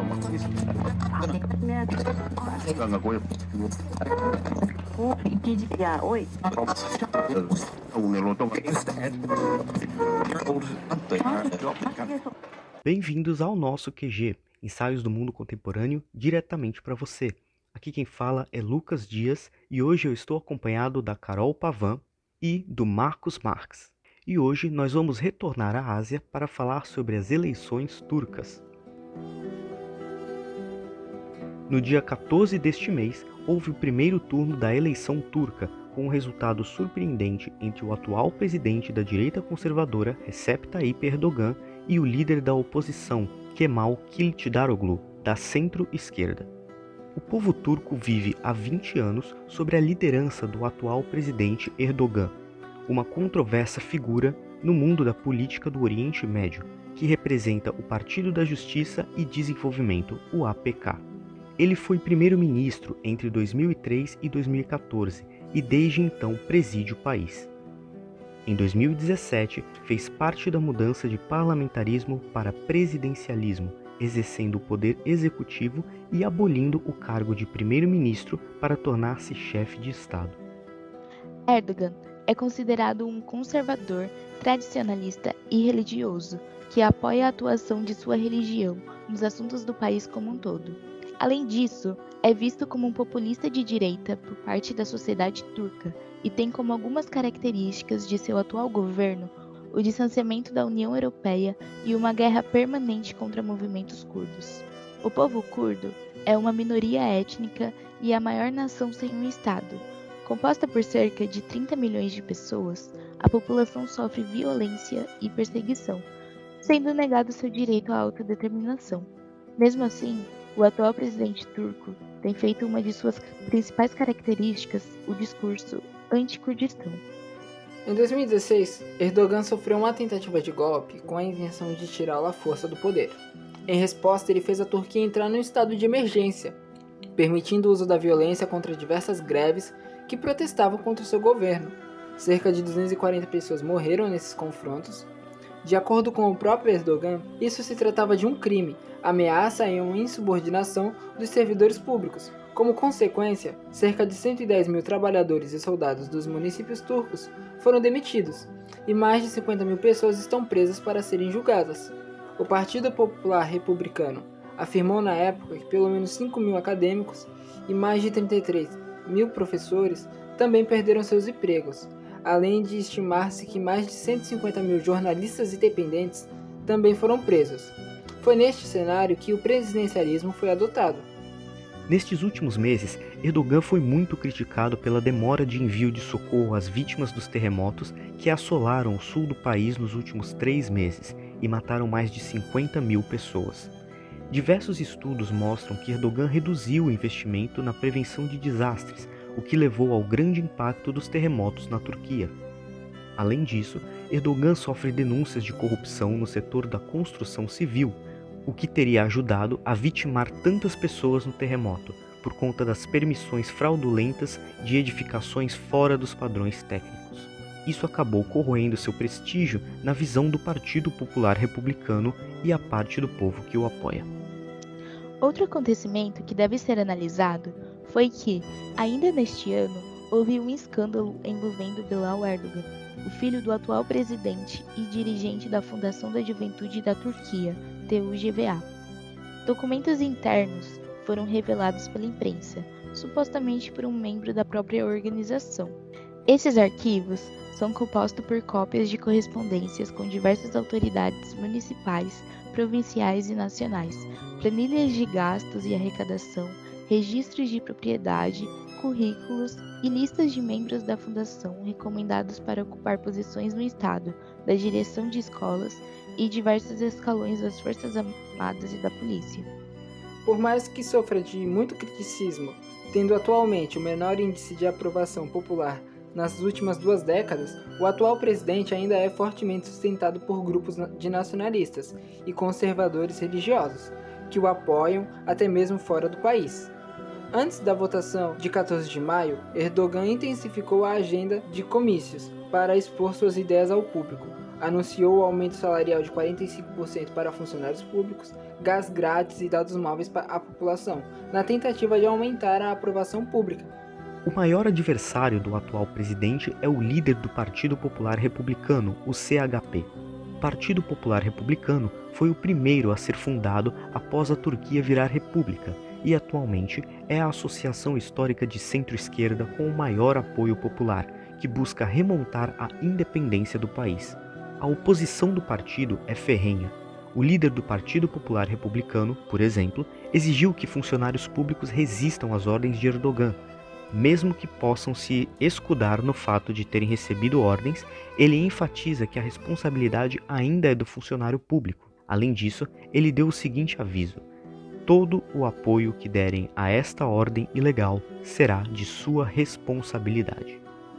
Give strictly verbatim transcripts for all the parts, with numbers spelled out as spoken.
Bem-vindos ao nosso Q G, Ensaios do Mundo Contemporâneo, diretamente para você. Aqui quem fala é Lucas Dias e hoje eu estou acompanhado da Carol Pavan e do Marcos Marx. E hoje nós vamos retornar à Ásia para falar sobre as eleições turcas. No dia quatorze deste mês, houve o primeiro turno da eleição turca, com um resultado surpreendente entre o atual presidente da direita conservadora, Recep Tayyip Erdogan, e o líder da oposição, Kemal Kılıçdaroğlu, da centro-esquerda. O povo turco vive há vinte anos sob a liderança do atual presidente Erdogan, uma controversa figura no mundo da política do Oriente Médio, que representa o Partido da Justiça e Desenvolvimento, o A P K. Ele foi primeiro-ministro entre dois mil e três e dois mil e quatorze e desde então preside o país. Em dois mil e dezessete, fez parte da mudança de parlamentarismo para presidencialismo, exercendo o poder executivo e abolindo o cargo de primeiro-ministro para tornar-se chefe de Estado. Erdogan é considerado um conservador, tradicionalista e religioso, que apoia a atuação de sua religião nos assuntos do país como um todo. Além disso, é visto como um populista de direita por parte da sociedade turca e tem como algumas características de seu atual governo o distanciamento da União Europeia e uma guerra permanente contra movimentos curdos. O povo curdo é uma minoria étnica e a maior nação sem um Estado. Composta por cerca de trinta milhões de pessoas, a população sofre violência e perseguição, sendo negado seu direito à autodeterminação. Mesmo assim, o atual presidente turco tem feito uma de suas principais características o discurso anti-Kurdistão. Em dois mil e dezesseis, Erdogan sofreu uma tentativa de golpe com a intenção de tirá-lo à força do poder. Em resposta, ele fez a Turquia entrar num estado de emergência, permitindo o uso da violência contra diversas greves que protestavam contra o seu governo. Cerca de duzentas e quarenta pessoas morreram nesses confrontos. De acordo com o próprio Erdogan, isso se tratava de um crime, ameaça e uma insubordinação dos servidores públicos. Como consequência, cerca de cento e dez mil trabalhadores e soldados dos municípios turcos foram demitidos, e mais de cinquenta mil pessoas estão presas para serem julgadas. O Partido Popular Republicano afirmou na época que pelo menos cinco mil acadêmicos e mais de trinta e três mil professores também perderam seus empregos, além de estimar-se que mais de cento e cinquenta mil jornalistas independentes também foram presos. Foi neste cenário que o presidencialismo foi adotado. Nestes últimos meses, Erdogan foi muito criticado pela demora de envio de socorro às vítimas dos terremotos que assolaram o sul do país nos últimos três meses e mataram mais de cinquenta mil pessoas. Diversos estudos mostram que Erdogan reduziu o investimento na prevenção de desastres, o que levou ao grande impacto dos terremotos na Turquia. Além disso, Erdogan sofre denúncias de corrupção no setor da construção civil, o que teria ajudado a vitimar tantas pessoas no terremoto, por conta das permissões fraudulentas de edificações fora dos padrões técnicos. Isso acabou corroendo seu prestígio na visão do Partido Popular Republicano e a parte do povo que o apoia. Outro acontecimento que deve ser analisado foi que, ainda neste ano, houve um escândalo envolvendo Bilal Erdogan, o filho do atual presidente e dirigente da Fundação da Juventude da Turquia, T U G V A. Documentos internos foram revelados pela imprensa, supostamente por um membro da própria organização. Esses arquivos são compostos por cópias de correspondências com diversas autoridades municipais, provinciais e nacionais, planilhas de gastos e arrecadação, registros de propriedade, currículos e listas de membros da fundação recomendados para ocupar posições no Estado, da direção de escolas e diversos escalões das Forças Armadas e da Polícia. Por mais que sofra de muito criticismo, tendo atualmente o menor índice de aprovação popular nas últimas duas décadas, o atual presidente ainda é fortemente sustentado por grupos de nacionalistas e conservadores religiosos, que o apoiam até mesmo fora do país. Antes da votação de quatorze de maio, Erdogan intensificou a agenda de comícios para expor suas ideias ao público. Anunciou o aumento salarial de quarenta e cinco por cento para funcionários públicos, gás grátis e dados móveis para a população, na tentativa de aumentar a aprovação pública. O maior adversário do atual presidente é o líder do Partido Popular Republicano, o C H P. O Partido Popular Republicano foi o primeiro a ser fundado após a Turquia virar república e atualmente é a associação histórica de centro-esquerda com o maior apoio popular, que busca remontar a independência do país. A oposição do partido é ferrenha. O líder do Partido Popular Republicano, por exemplo, exigiu que funcionários públicos resistam às ordens de Erdogan. Mesmo que possam se escudar no fato de terem recebido ordens, ele enfatiza que a responsabilidade ainda é do funcionário público. Além disso, ele deu o seguinte aviso: todo o apoio que derem a esta ordem ilegal será de sua responsabilidade.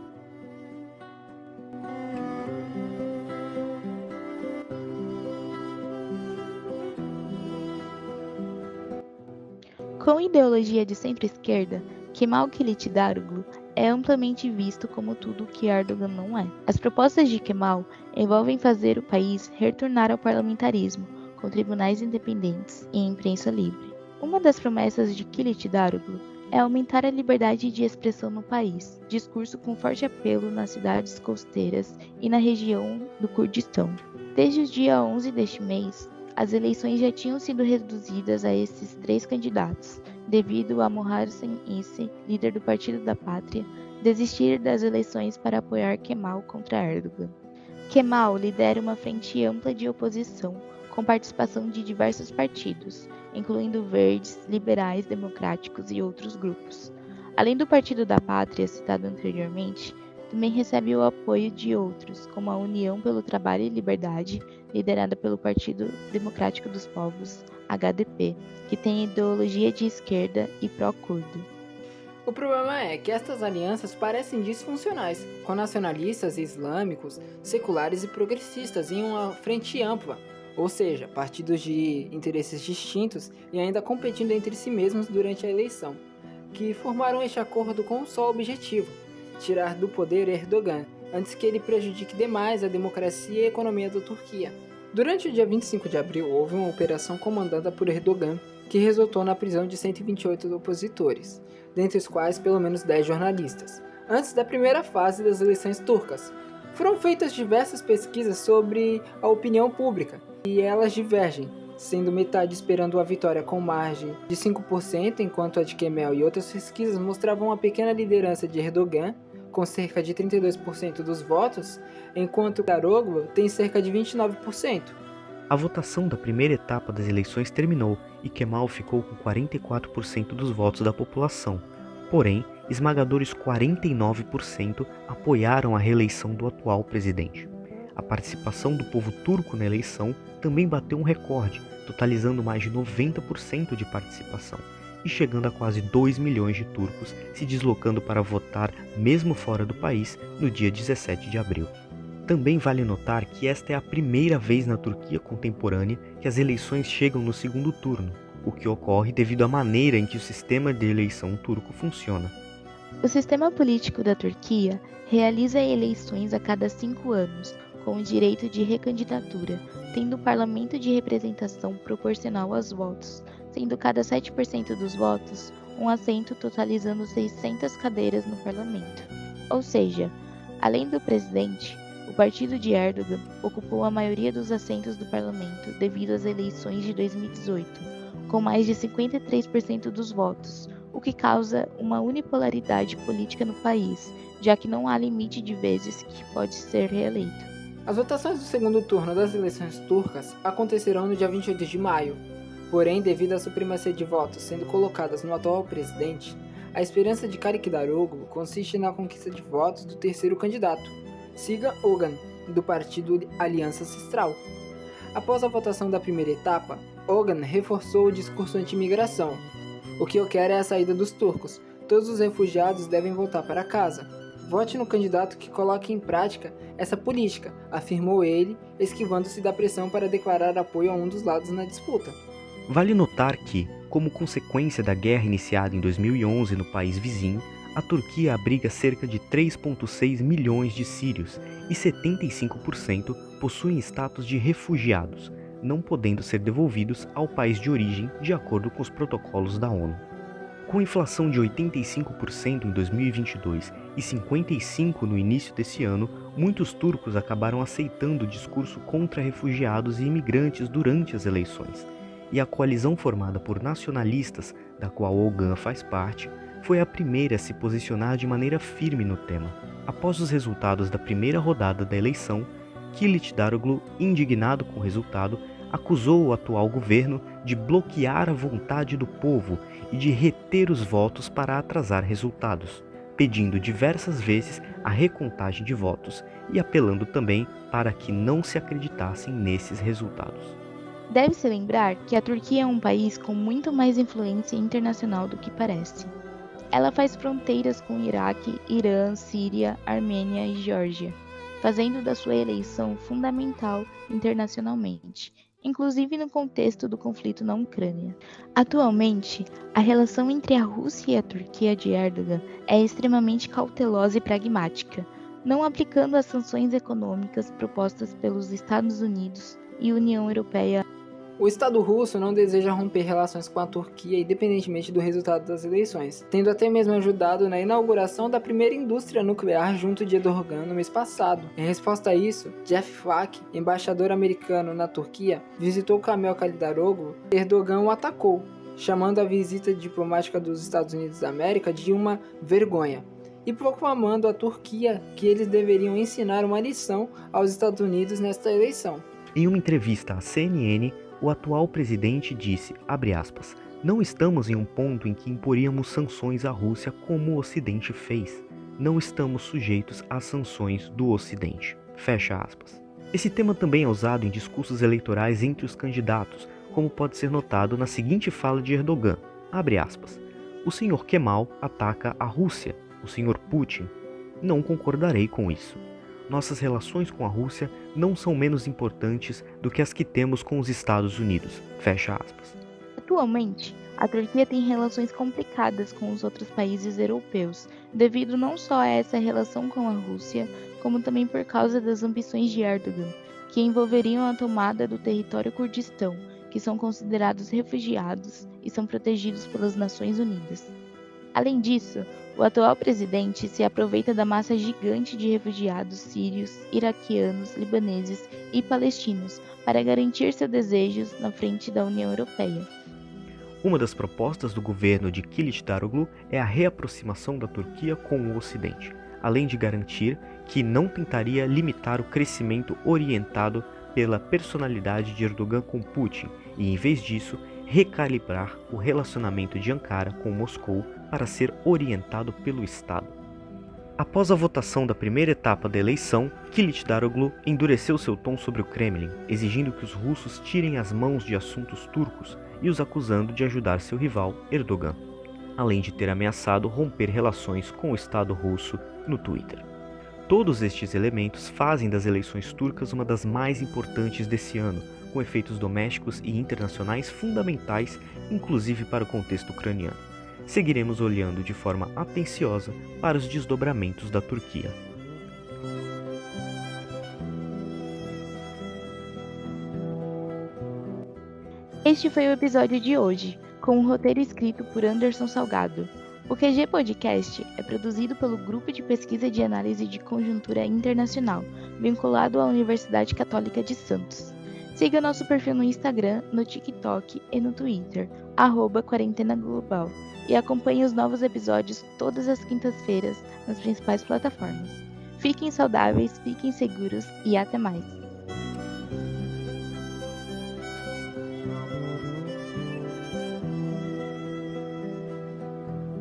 Com ideologia de centro-esquerda, Kemal Kılıçdaroğlu é amplamente visto como tudo o que Erdogan não é. As propostas de Kemal envolvem fazer o país retornar ao parlamentarismo, com tribunais independentes e imprensa livre. Uma das promessas de Kılıçdaroğlu é aumentar a liberdade de expressão no país, discurso com forte apelo nas cidades costeiras e na região do Kurdistão. Desde o dia onze deste mês, as eleições já tinham sido reduzidas a esses três candidatos, devido a Muharrem İnce, líder do Partido da Pátria, desistir das eleições para apoiar Kemal contra Erdogan. Kemal lidera uma frente ampla de oposição, com participação de diversos partidos, incluindo verdes, liberais, democráticos e outros grupos. Além do Partido da Pátria, citado anteriormente, também recebe o apoio de outros, como a União pelo Trabalho e Liberdade, liderada pelo Partido Democrático dos Povos, H D P, que tem ideologia de esquerda e pró-curdo. O problema é que estas alianças parecem disfuncionais, com nacionalistas islâmicos, seculares e progressistas em uma frente ampla, ou seja, partidos de interesses distintos e ainda competindo entre si mesmos durante a eleição, que formaram este acordo com um só objetivo: tirar do poder Erdogan, antes que ele prejudique demais a democracia e a economia da Turquia. Durante o dia vinte e cinco de abril, houve uma operação comandada por Erdogan, que resultou na prisão de cento e vinte e oito opositores, dentre os quais pelo menos dez jornalistas, antes da primeira fase das eleições turcas. Foram feitas diversas pesquisas sobre a opinião pública, e elas divergem, sendo metade esperando a vitória com margem de cinco por cento, enquanto a de Kemal e outras pesquisas mostravam uma pequena liderança de Erdogan, com cerca de trinta e dois por cento dos votos, enquanto Kılıçdaroğlu tem cerca de vinte e nove por cento. A votação da primeira etapa das eleições terminou e Kemal ficou com quarenta e quatro por cento dos votos da população. Porém, esmagadores quarenta e nove por cento apoiaram a reeleição do atual presidente. A participação do povo turco na eleição também bateu um recorde, totalizando mais de noventa por cento de participação, e chegando a quase dois milhões de turcos se deslocando para votar mesmo fora do país no dia dezessete de abril. Também vale notar que esta é a primeira vez na Turquia contemporânea que as eleições chegam no segundo turno, o que ocorre devido à maneira em que o sistema de eleição turco funciona. O sistema político da Turquia realiza eleições a cada cinco anos, com o direito de recandidatura, tendo o parlamento de representação proporcional aos votos, sendo cada sete por cento dos votos um assento, totalizando seiscentas cadeiras no parlamento. Ou seja, além do presidente, o partido de Erdogan ocupou a maioria dos assentos do parlamento devido às eleições de dois mil e dezoito, com mais de cinquenta e três por cento dos votos, o que causa uma unipolaridade política no país, já que não há limite de vezes que pode ser reeleito. As votações do segundo turno das eleições turcas acontecerão no dia vinte e oito de maio. Porém, devido à supremacia de votos sendo colocadas no atual presidente, a esperança de Kılıçdaroğlu consiste na conquista de votos do terceiro candidato, Siga Ogan, do partido Aliança Ancestral. Após a votação da primeira etapa, Ogan reforçou o discurso anti-imigração. O que eu quero é a saída dos turcos. Todos os refugiados devem voltar para casa. Vote no candidato que coloque em prática essa política, afirmou ele, esquivando-se da pressão para declarar apoio a um dos lados na disputa. Vale notar que, como consequência da guerra iniciada em dois mil e onze no país vizinho, a Turquia abriga cerca de três vírgula seis milhões de sírios e setenta e cinco por cento possuem status de refugiados. não podendo ser devolvidos ao país de origem de acordo com os protocolos da ONU. Com inflação de oitenta e cinco por cento em dois mil e vinte e dois e cinquenta e cinco por cento no início desse ano, muitos turcos acabaram aceitando o discurso contra refugiados e imigrantes durante as eleições, e a coalizão formada por nacionalistas, da qual Öcalan faz parte, foi a primeira a se posicionar de maneira firme no tema. Após os resultados da primeira rodada da eleição, Kılıçdaroğlu, indignado com o resultado, acusou o atual governo de bloquear a vontade do povo e de reter os votos para atrasar resultados, pedindo diversas vezes a recontagem de votos e apelando também para que não se acreditassem nesses resultados. Deve-se lembrar que a Turquia é um país com muito mais influência internacional do que parece. Ela faz fronteiras com Iraque, Irã, Síria, Armênia e Geórgia, fazendo da sua eleição fundamental internacionalmente, inclusive no contexto do conflito na Ucrânia. Atualmente, a relação entre a Rússia e a Turquia de Erdogan é extremamente cautelosa e pragmática, não aplicando as sanções econômicas propostas pelos Estados Unidos e União Europeia. O Estado russo não deseja romper relações com a Turquia independentemente do resultado das eleições, tendo até mesmo ajudado na inauguração da primeira indústria nuclear junto de Erdogan no mês passado. Em resposta a isso, Jeff Flake, embaixador americano na Turquia, visitou Kemal Kılıçdaroğlu e Erdogan o atacou, chamando a visita diplomática dos Estados Unidos da América de uma vergonha, e proclamando à Turquia que eles deveriam ensinar uma lição aos Estados Unidos nesta eleição. Em uma entrevista à C N N, o atual presidente disse, abre aspas, não estamos em um ponto em que imporíamos sanções à Rússia como o Ocidente fez. Não estamos sujeitos às sanções do Ocidente. Fecha aspas. Esse tema também é usado em discursos eleitorais entre os candidatos, como pode ser notado na seguinte fala de Erdogan, abre aspas, o senhor Kemal ataca a Rússia, o senhor Putin. Não concordarei com isso. Nossas relações com a Rússia não são menos importantes do que as que temos com os Estados Unidos. Fecha aspas. Atualmente, a Turquia tem relações complicadas com os outros países europeus, devido não só a essa relação com a Rússia, como também por causa das ambições de Erdogan, que envolveriam a tomada do território Kurdistão, que são considerados refugiados e são protegidos pelas Nações Unidas. Além disso, o atual presidente se aproveita da massa gigante de refugiados sírios, iraquianos, libaneses e palestinos para garantir seus desejos na frente da União Europeia. Uma das propostas do governo de Kılıçdaroğlu é a reaproximação da Turquia com o Ocidente, além de garantir que não tentaria limitar o crescimento orientado pela personalidade de Erdogan com Putin e, em vez disso, recalibrar o relacionamento de Ankara com Moscou para ser orientado pelo Estado. Após a votação da primeira etapa da eleição, Kılıçdaroğlu endureceu seu tom sobre o Kremlin, exigindo que os russos tirem as mãos de assuntos turcos e os acusando de ajudar seu rival, Erdogan, além de ter ameaçado romper relações com o Estado russo no Twitter. Todos estes elementos fazem das eleições turcas uma das mais importantes desse ano, com efeitos domésticos e internacionais fundamentais, inclusive para o contexto ucraniano. Seguiremos olhando de forma atenciosa para os desdobramentos da Turquia. Este foi o episódio de hoje, com um roteiro escrito por Anderson Salgado. O Q G Podcast é produzido pelo Grupo de Pesquisa de Análise de Conjuntura Internacional, vinculado à Universidade Católica de Santos. Siga nosso perfil no Instagram, no TikTok e no Twitter, arroba Quarentena Global, e acompanhe os novos episódios todas as quintas-feiras nas principais plataformas. Fiquem saudáveis, fiquem seguros e até mais!